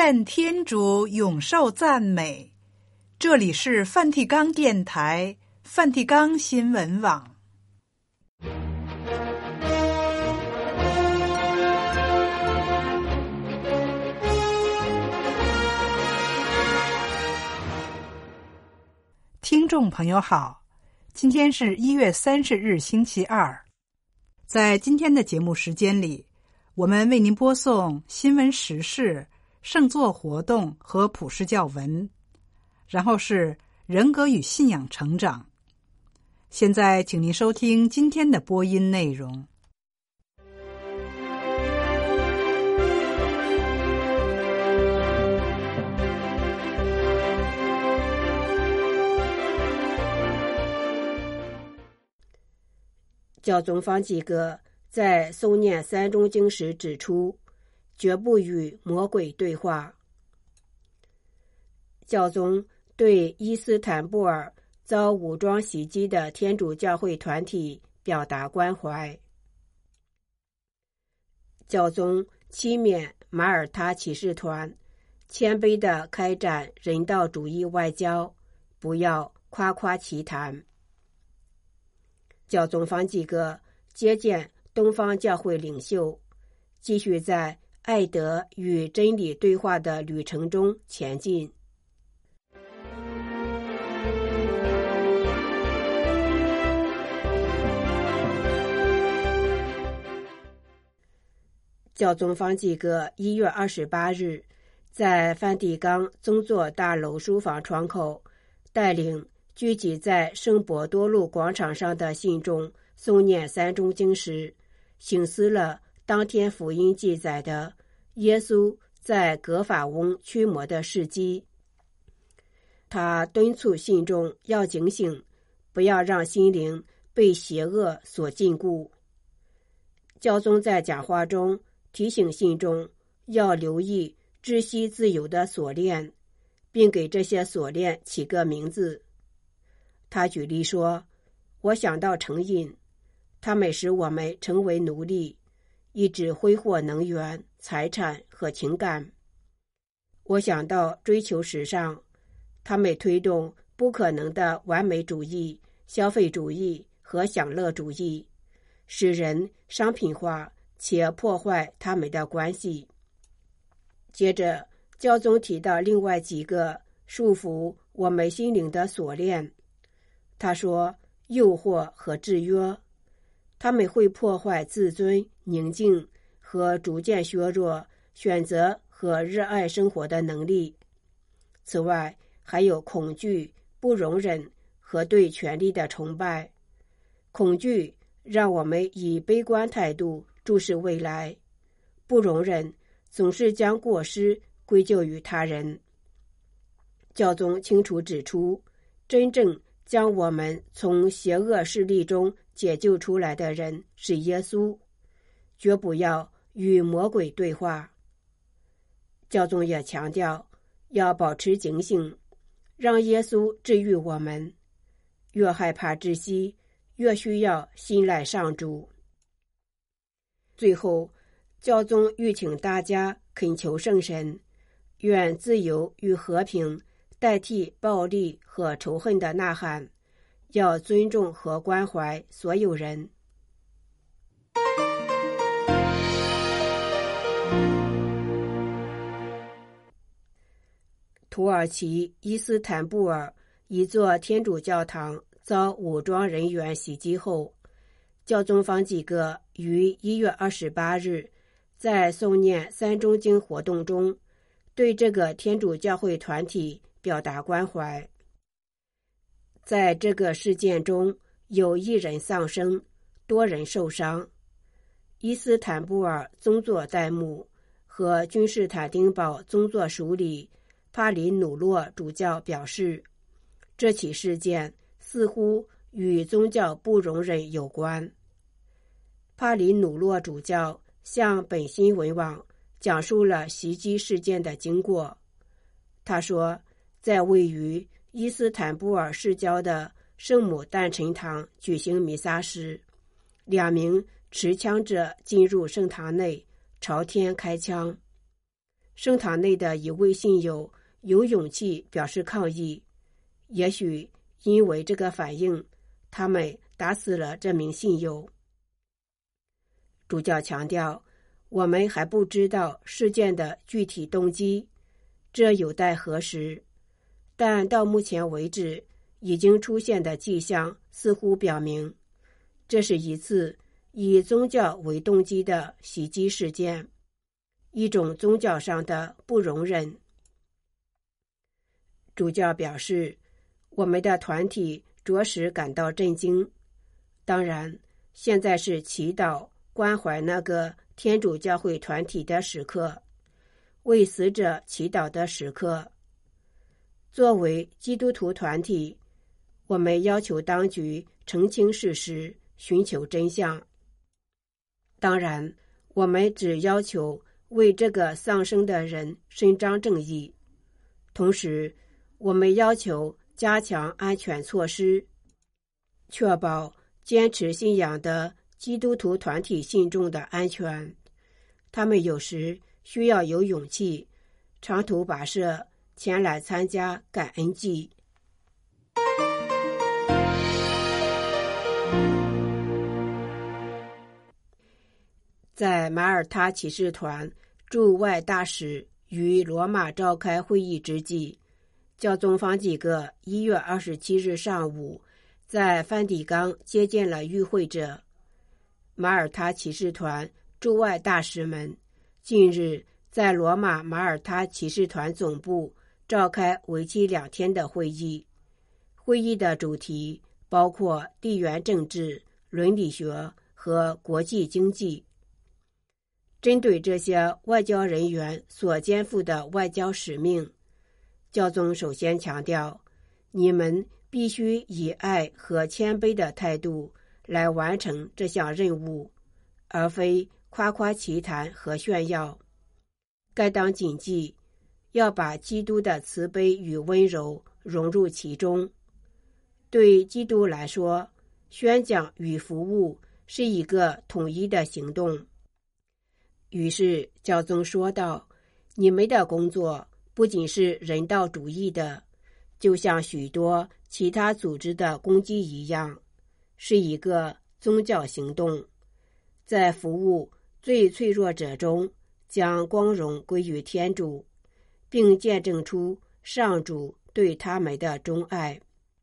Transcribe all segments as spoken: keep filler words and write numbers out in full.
愿天主永受赞美。这里是梵蒂冈电台、梵蒂冈新闻网。听众朋友好，今天是一月三十日星期二。在今天的节目时间里，我们为您播送新闻时事、圣座活动和普世教文，然后是人格与信仰成长。现在请您收听今天的播音内容。 教宗方济各在诵念三中经时指出，绝不与魔鬼对话。教宗对伊斯坦布尔遭武装袭击的天主教会团体表达关怀。教宗期勉马耳他骑士团谦卑地开展人道主义外交，不要夸夸其谈。教宗方济各接见东方教会领袖，继续在爱德与真理对话的旅程中前进。教宗方济各一月二十八日在梵蒂冈宗座大楼书房窗口带领聚集在圣伯多禄广场上的信众诵念三中经时，省思了当天福音记载的耶稣在葛法翁驱魔的事迹。他敦促信众要警醒，不要让心灵被邪恶所禁锢。教宗在讲话中提醒信众要留意窒息自由的锁链，并给这些锁链起个名字。他举例说，我想到成瘾，它们使我们成为奴隶，一直挥霍能源、财产和情感。我想到追求时尚，它们推动不可能的完美主义、消费主义和享乐主义，使人商品化且破坏他们的关系。接着，教宗提到另外几个束缚我们心灵的锁链。他说，诱惑和制约，他们会破坏自尊、宁静和逐渐削弱选择和热爱生活的能力。此外，还有恐惧、不容忍和对权力的崇拜。恐惧让我们以悲观态度注视未来，不容忍总是将过失归咎于他人。教宗清楚指出，真正将我们从邪恶势力中解救出来的人是耶稣，绝不要与魔鬼对话。教宗也强调要保持警醒，让耶稣治愈我们。越害怕窒息，越需要信赖上主。最后，教宗吁请大家恳求圣神，愿自由与和平代替暴力和仇恨的呐喊，要尊重和关怀所有人。土耳其伊斯坦布尔一座天主教堂遭武装人员袭击后，教宗方济各于一月二十八日在诵念三中经活动中，对这个天主教会团体表达关怀。在这个事件中，有一人丧生，多人受伤。伊斯坦布尔宗座代牧和君士坦丁堡宗座署理帕林努洛主教表示，这起事件似乎与宗教不容忍有关。帕林努洛主教向本新闻网讲述了袭击事件的经过。他说，在位于伊斯坦布尔市郊的圣母诞辰堂举行弥撒时，两名持枪者进入圣堂内，朝天开枪。 圣堂内的一位信友有勇气表示抗议，也许因为这个反应，他们打死了这名信友。主教强调，我们还不知道事件的具体动机，这有待核实，但到目前为止，已经出现的迹象似乎表明，这是一次以宗教为动机的袭击事件，一种宗教上的不容忍。主教表示，我们的团体着实感到震惊，当然，现在是祈祷关怀那个天主教会团体的时刻，为死者祈祷的时刻。作为基督徒团体，我们要求当局澄清事实，寻求真相。当然，我们只要求为这个丧生的人伸张正义，同时，我们要求加强安全措施，确保坚持信仰的基督徒团体信众的安全。他们有时需要有勇气长途跋涉前来参加感恩祭。在马耳他骑士团驻外大使于罗马召开会议之际，教宗方济各一月二十七日上午在梵蒂冈接见了与会者。马耳他骑士团驻外大使们近日在罗马马耳他骑士团总部召开为期两天的会议，会议的主题包括地缘政治、伦理学和国际经济。针对这些外交人员所肩负的外交使命，教宗首先强调，你们必须以爱和谦卑的态度来完成这项任务，而非夸夸其谈和炫耀。该当谨记，要把基督的慈悲与温柔融入其中。对基督来说，宣讲与服务是一个统一的行动。于是教宗说道，你们的工作不仅是人道主义的，就像许多其他组织的攻击一样，是一个宗教行动，在服务最脆弱者中将光荣归于天主，并见证出上主对他们的钟爱。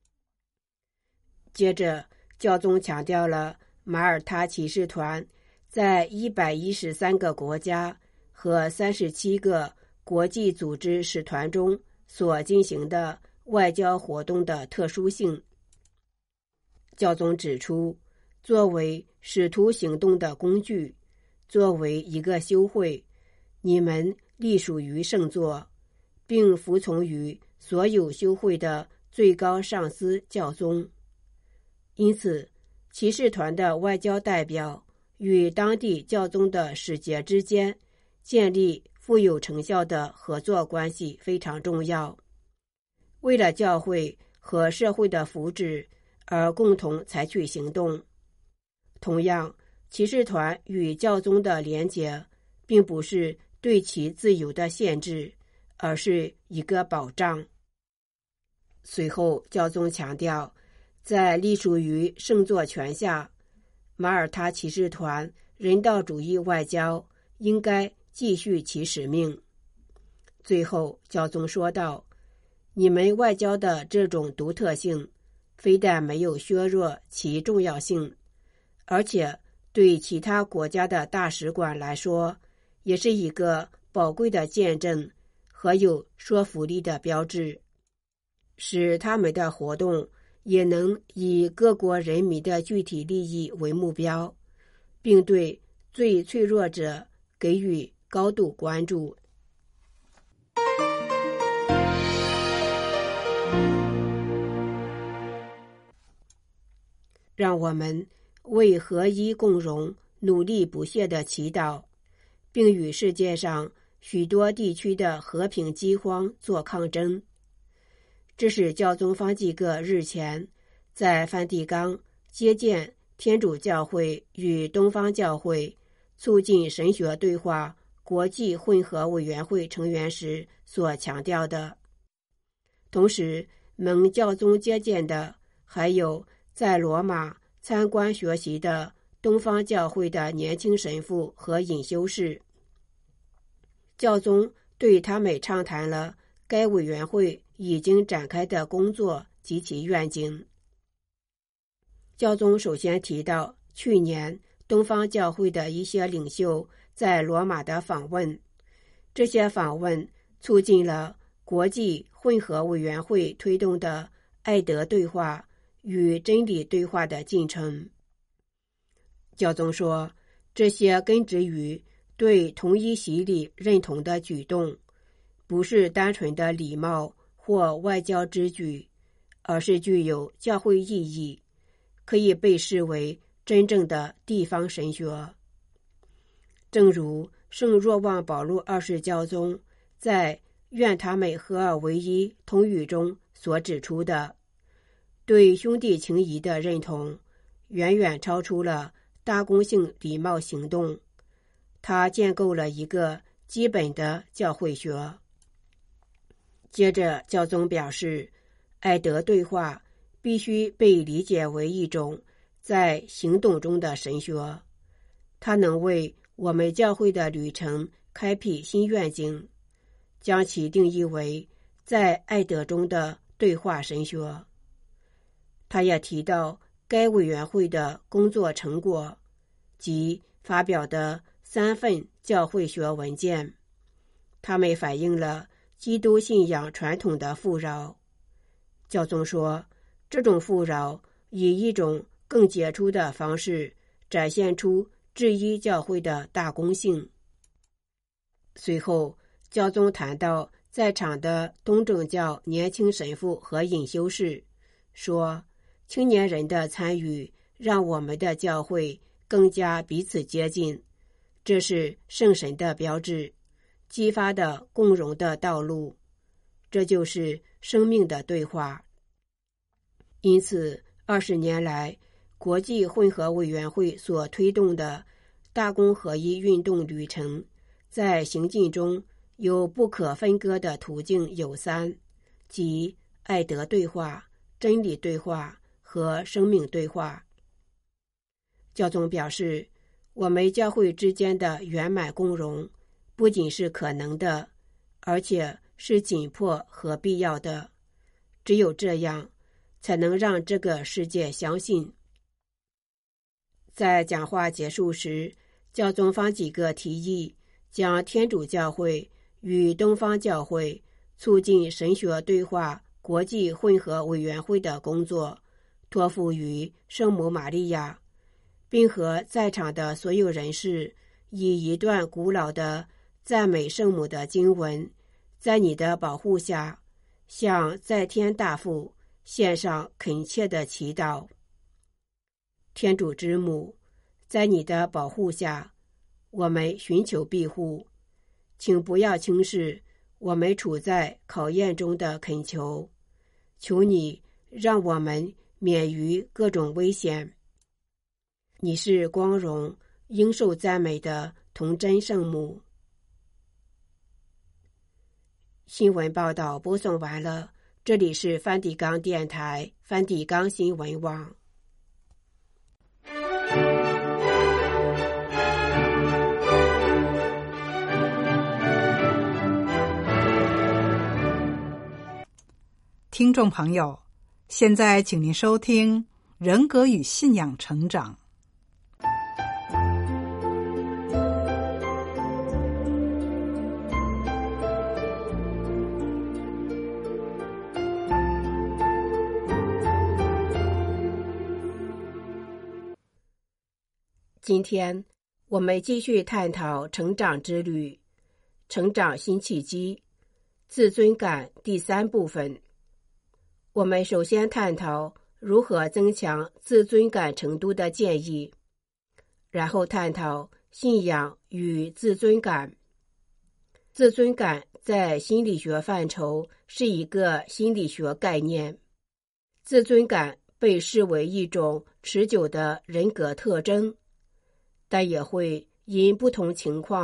接着，教宗强调了马耳他骑士团在一百一十三个国家和三十七个国际组织使团中所进行的外交活动的特殊性。教宗指出，作为使徒行动的工具，作为一个修会，你们隶属于圣座，并服从于所有修会的最高上司教宗。因此，骑士团的外交代表与当地教宗的使节之间建立富有成效的合作关系非常重要。为了教会和社会的福祉而共同采取行动。同样，骑士团与教宗的连结并不是对其自由的限制，而是一个保障。随后，教宗强调，在隶属于圣座权下，马耳他骑士团人道主义外交应该继续其使命。最后，教宗说道，你们外交的这种独特性非但没有削弱其重要性，而且对其他国家的大使馆来说，也是一个宝贵的见证和有说服力的标志，使他们的活动也能以各国人民的具体利益为目标，并对最脆弱者给予高度关注。让我们为合一共荣努力不懈地祈祷，并与世界上许多地区的和平饥荒作抗争。这是教宗方济各日前在梵蒂冈接见天主教会与东方教会促进神学对话国际混合委员会成员时所强调的。同时，蒙教宗接见的还有在罗马参观学习的东方教会的年轻神父和隐修士。教宗对他们畅谈了该委员会已经展开的工作及其愿景。教宗首先提到去年东方教会的一些领袖在罗马的访问，这些访问促进了国际混合委员会推动的爱德对话与真理对话的进程。教宗说，这些根植于对同一洗礼认同的举动，不是单纯的礼貌或外交之举，而是具有教会意义，可以被视为真正的地方神学。正如圣若望保禄二世教宗在愿他们合而为一通谕中所指出的，对兄弟情谊的认同远远超出了大公性礼貌行动，他建构了一个基本的教会学。接着教宗表示，爱德对话必须被理解为一种在行动中的神学，它能为我们教会的旅程开辟新愿景，将其定义为在爱德中的对话神学。他也提到该委员会的工作成果及发表的三份教会学文件，它们反映了基督信仰传统的富饶。教宗说，这种富饶以一种更杰出的方式展现出制一教会的大公性。随后，教宗谈到在场的东正教年轻神父和隐修士，说，青年人的参与让我们的教会更加彼此接近，这是圣神的标志，激发的共荣的道路，这就是生命的对话。因此，二十年来，国际混合委员会所推动的大公合一运动旅程，在行进中有不可分割的途径有三，即爱德对话、真理对话和生命对话。教宗表示，我们教会之间的圆满共荣不仅是可能的，而且是紧迫和必要的。只有这样，才能让这个世界相信。在讲话结束时，教宗方济各提议将天主教会与东方教会促进神学对话国际混合委员会的工作托付于圣母玛利亚，并和在场的所有人士以一段古老的赞美圣母的经文，在你的保护下，向在天大父献上恳切的祈祷。天主之母，在你的保护下，我们寻求庇护，请不要轻视我们处在考验中的恳求，求你让我们免于各种危险。你是光荣应受赞美的童真圣母。新闻报道播送完了，这里是梵蒂冈电台梵蒂冈新闻网。 听众朋友，现在请您收听《人格与信仰成长》。 今天我们继续探讨成长之旅，成长新契机，自尊感第三部分。我们首先探讨如何增强自尊感程度的建议，然后探讨信仰与自尊感。自尊感在心理学范畴是一个心理学概念。自尊感被视为一种持久的人格特征，但也会因不同情况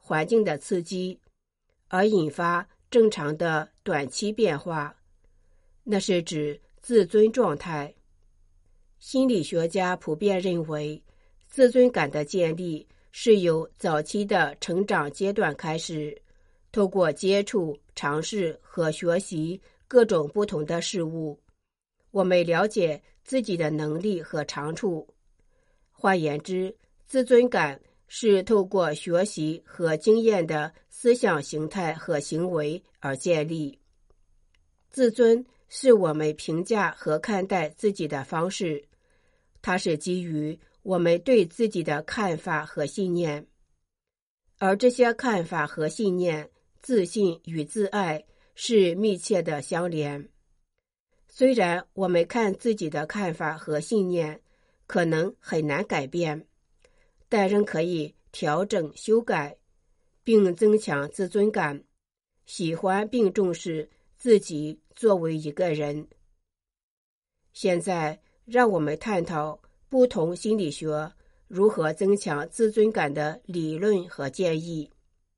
环境的刺激，而引发正常的短期变化，那是指自尊状态。心理学家普遍认为，自尊感的建立是由早期的成长阶段开始，透过接触、尝试和学习各种不同的事物，我们了解自己的能力和长处。换言之，自尊感是透过学习和经验的思想形态和行为而建立。自尊是我们评价和看待自己的方式，它是基于我们对自己的看法和信念，而这些看法和信念、自信与自爱是密切的相连。虽然我们看自己的看法和信念可能很难改变，但仍可以调整修改，并增强自尊感，喜欢并重视自己作为一个人。现在让我们探讨不同心理学如何增强自尊感的理论和建议。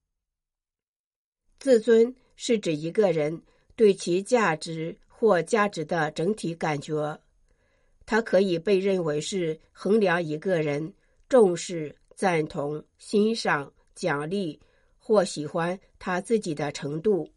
自尊是指一个人对其价值或价值的整体感觉，它可以被认为是衡量一个人重视、赞同、欣赏、奖励或喜欢他自己的程度。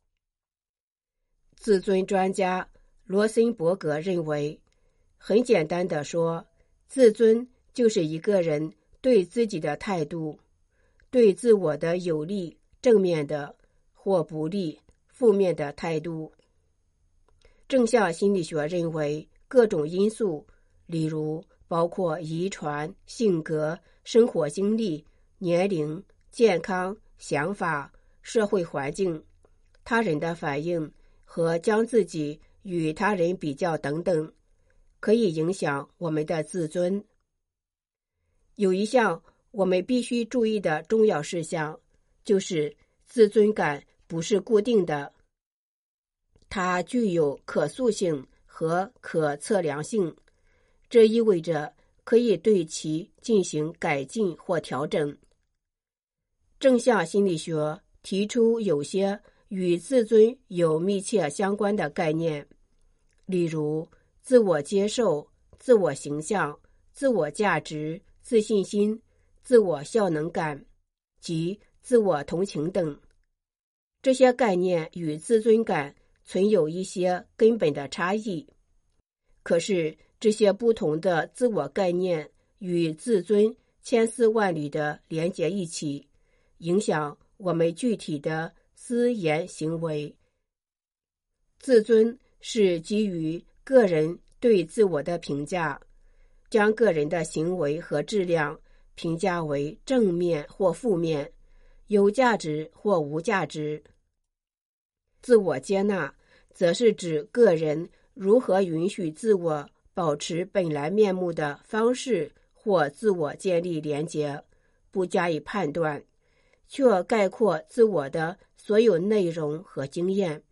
自尊专家罗森伯格认为，很简单地说，自尊就是一个人对自己的态度，对自我的有利、正面的或不利、负面的态度。正向心理学认为，各种因素，例如包括遗传、性格、生活经历、年龄、健康、想法、社会环境、他人的反应和将自己与他人比较等等，可以影响我们的自尊。有一项我们必须注意的重要事项，就是自尊感不是固定的，它具有可塑性和可测量性，这意味着可以对其进行改进或调整。正向心理学提出有些与自尊有密切相关的概念，例如自我接受、自我形象、自我价值、自信心、自我效能感及自我同情等。这些概念与自尊感存有一些根本的差异，可是这些不同的自我概念与自尊千丝万缕地连结一起，影响我们具体的思言行为。自尊是基于个人对自我的评价，将个人的行为和质量评价为正面或负面，有价值或无价值。自我接纳则是指个人如何允许自我保持本来面目的方式或自我建立连结，不加以判断，却概括自我的所有内容和经验。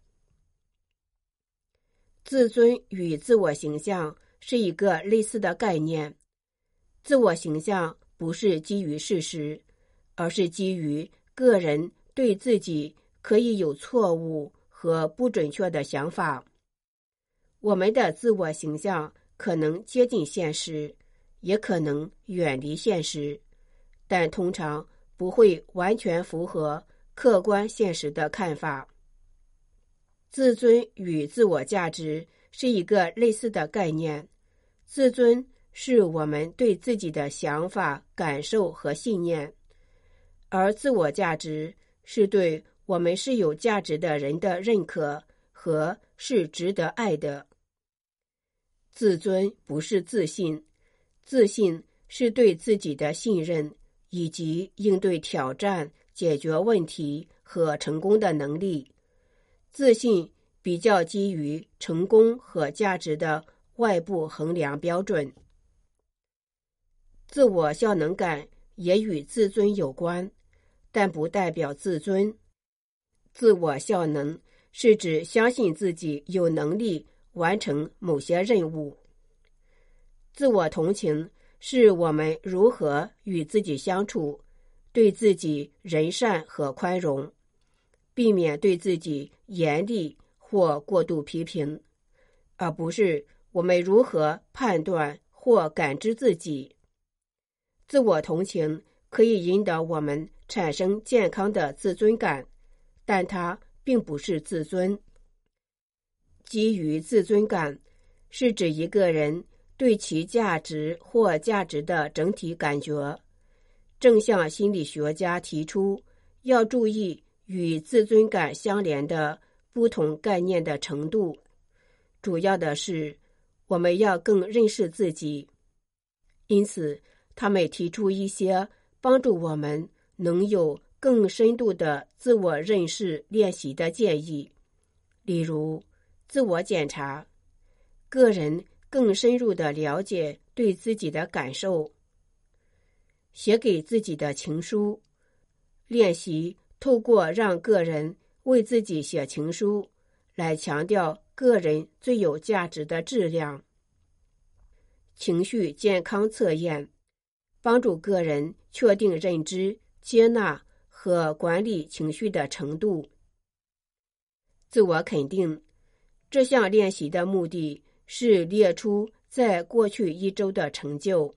自尊与自我形象是一个类似的概念。自我形象不是基于事实，而是基于个人对自己可以有错误和不准确的想法。我们的自我形象可能接近现实，也可能远离现实，但通常不会完全符合客观现实的看法。自尊与自我价值是一个类似的概念。自尊是我们对自己的想法、感受和信念，而自我价值是对我们是有价值的人的认可和是值得爱的。自尊不是自信，自信是对自己的信任以及应对挑战、解决问题和成功的能力。自信比较基于成功和价值的外部衡量标准。自我效能感也与自尊有关，但不代表自尊。自我效能是指相信自己有能力完成某些任务。自我同情是我们如何与自己相处， 对自己仁善和宽容，避免对自己严厉或过度批评，而不是我们如何判断或感知自己。自我同情可以引导我们产生健康的自尊感，但它并不是自尊。基于自尊感是指一个人对其价值或价值的整体感觉。正向心理学家提出，要注意与自尊感相连的不同概念的程度，主要的是我们要更认识自己。因此，他们提出一些帮助我们能有更深度的自我认识练习的建议，例如自我检查，个人更深入地了解对自己的感受，写给自己的情书，练习透过让个人为自己写情书来强调个人最有价值的质量。情绪健康测验帮助个人确定认知、接纳和管理情绪的程度。自我肯定，这项练习的目的是列出在过去一周的成就。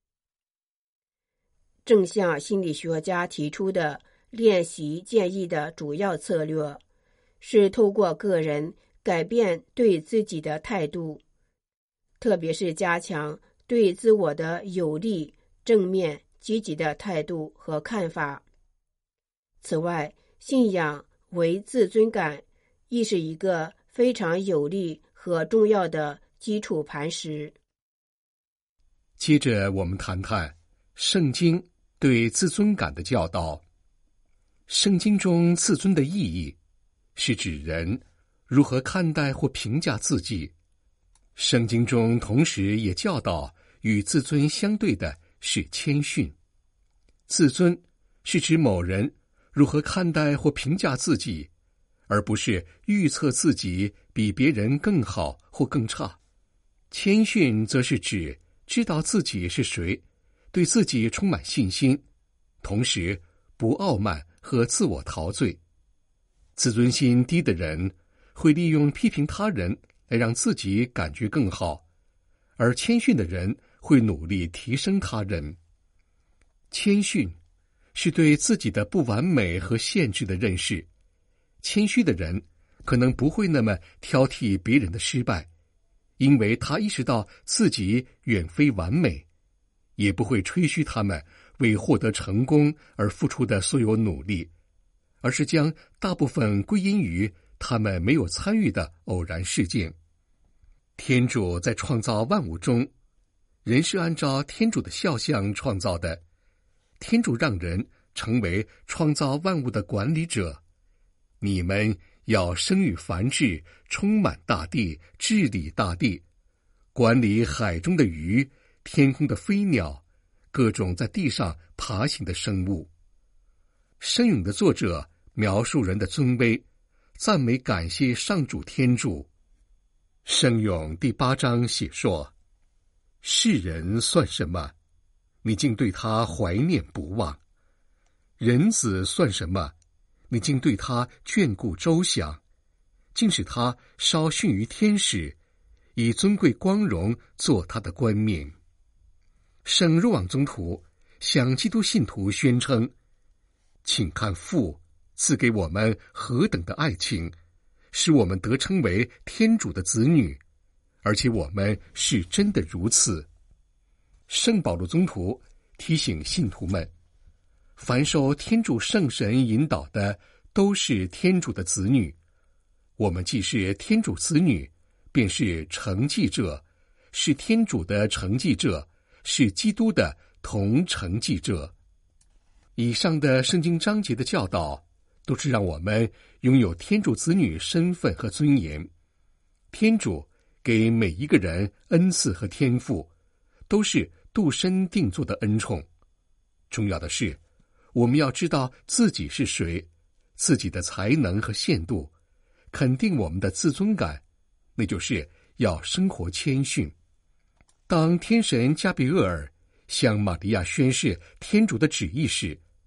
正向心理学家提出的练习建议的主要策略是透过个人改变对自己的态度，特别是加强对自我的有利、正面、积极的态度和看法。此外，信仰为自尊感亦是一个非常有利和重要的基础磐石。 接着我们谈谈圣经对自尊感的教导。圣经中自尊的意义是指人如何看待或评价自己。圣经中同时也教导与自尊相对的是谦逊。自尊是指某人如何看待或评价自己，而不是预测自己比别人更好或更差。谦逊则是指知道自己是谁，对自己充满信心，同时不傲慢和自我陶醉。自尊心低的人会利用批评他人来让自己感觉更好，而谦逊的人会努力提升他人。谦逊是对自己的不完美和限制的认识。谦虚的人可能不会那么挑剔别人的失败，因为他意识到自己远非完美，也不会吹嘘他们为获得成功而付出的所有努力，而是将大部分归因于他们没有参与的偶然事件。天主在创造万物中，人是按照天主的肖像创造的。天主让人成为创造万物的管理者。你们要生育繁殖，充满大地，治理大地，管理海中的鱼，天空的飞鸟，各种在地上爬行的生物。圣咏的作者描述人的尊卑，赞美感谢上主天主。圣咏第八章写说：世人算什么？你竟对他怀念不忘；人子算什么？你竟对他眷顾周详，竟使他稍逊于天使，以尊贵光荣做他的冠冕。圣若望宗徒向基督信徒宣称：请看父赐给我们何等的爱情，使我们得称为天主的子女，而且我们是真的如此。圣保禄宗徒提醒信徒们，凡受天主圣神引导的都是天主的子女。我们既是天主子女，便是承继者，是天主的承继者，是基督的同承继者。以上的圣经章节的教导都是让我们拥有天主子女身份和尊严。天主给每一个人恩赐和天赋，都是度身定做的恩宠。重要的是，我们要知道自己是谁，自己的才能和限度，肯定我们的自尊感，那就是要生活谦逊。当天神加俾厄尔向玛利亚宣示天主的旨意时，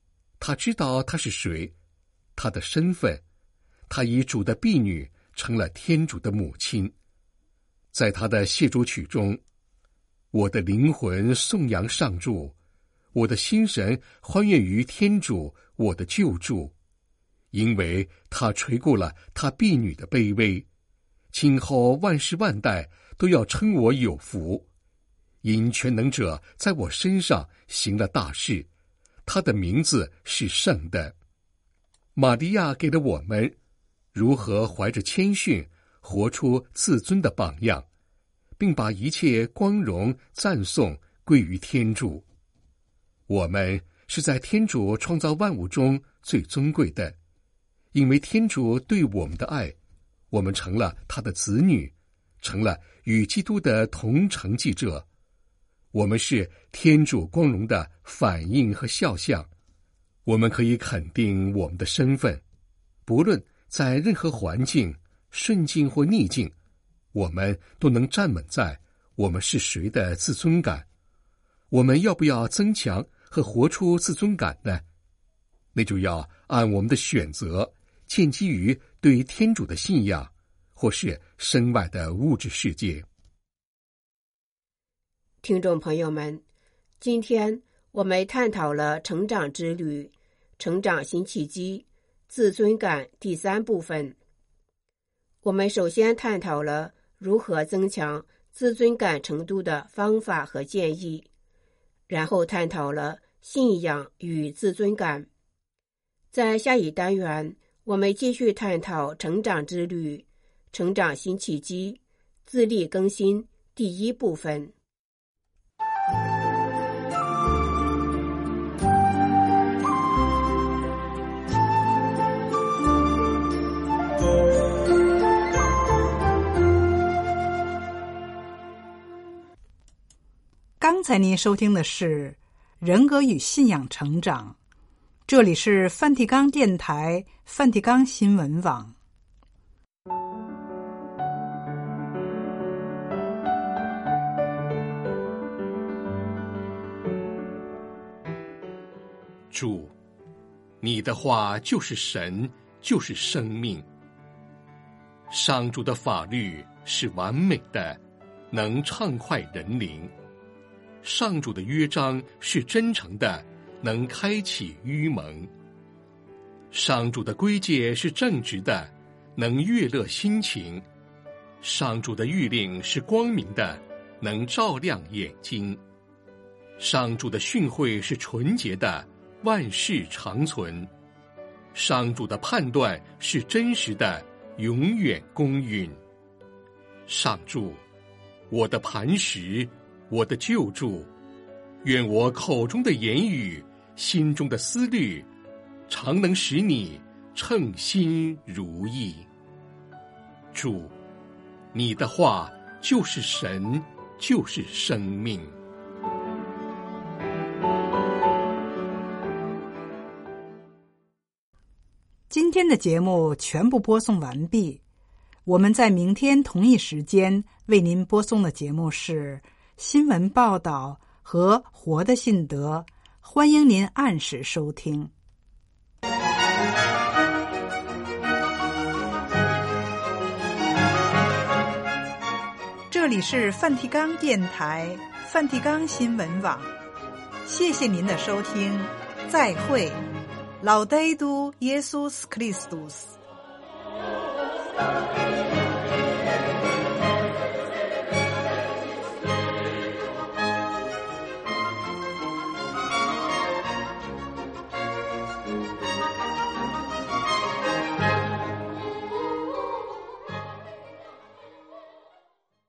他知道他是谁，他的身份，他以主的婢女成了天主的母亲。在他的谢主曲中，我的灵魂颂扬上主，我的心神欢悦于天主我的救助，因为他垂顾了他婢女的卑微，今后万世万代都要称我有福。因全能者在我身上行了大事，他的名字是圣的。玛利亚给了我们如何怀着谦逊活出自尊的榜样，并把一切光荣赞颂归于天主。我们是在天主创造万物中最尊贵的，因为天主对我们的爱，我们成了他的子女，成了与基督的同承继者。我们是天主光荣的反应和肖像，我们可以肯定我们的身份，不论在任何环境，顺境或逆境，我们都能站稳在我们是谁的自尊感。我们要不要增强和活出自尊感呢？那就要按我们的选择，建基于对天主的信仰，或是身外的物质世界。 听众朋友们，今天我们探讨了成长之旅、成长新契机、自尊感第三部分。我们首先探讨了如何增强自尊感程度的方法和建议，然后探讨了信仰与自尊感。在下一单元，我们继续探讨成长之旅、成长新契机、自力更新第一部分。 刚才您收听的是人格与信仰成长，这里是梵蒂冈电台梵蒂冈新闻网。 主，你的话就是神，就是生命。上主的法律是完美的，能畅快人灵。上主的约章是真诚的，能开启愚蒙。上主的规戒是正直的，能悦乐心情。上主的谕令是光明的，能照亮眼睛。上主的训诲是纯洁的，万世长存。上主的判断是真实的，永远公允。上主，我的磐石，我的救助，愿我口中的言语，心中的思虑，常能使你称心如意。主，你的话就是神，就是生命。 今天的节目全部播送完毕，我们在明天同一时间为您播送的节目是新闻报道和活的信德，欢迎您按时收听。这里是梵蒂冈电台梵蒂冈新闻网，谢谢您的收听，再会。Laudetur Jesus Christus。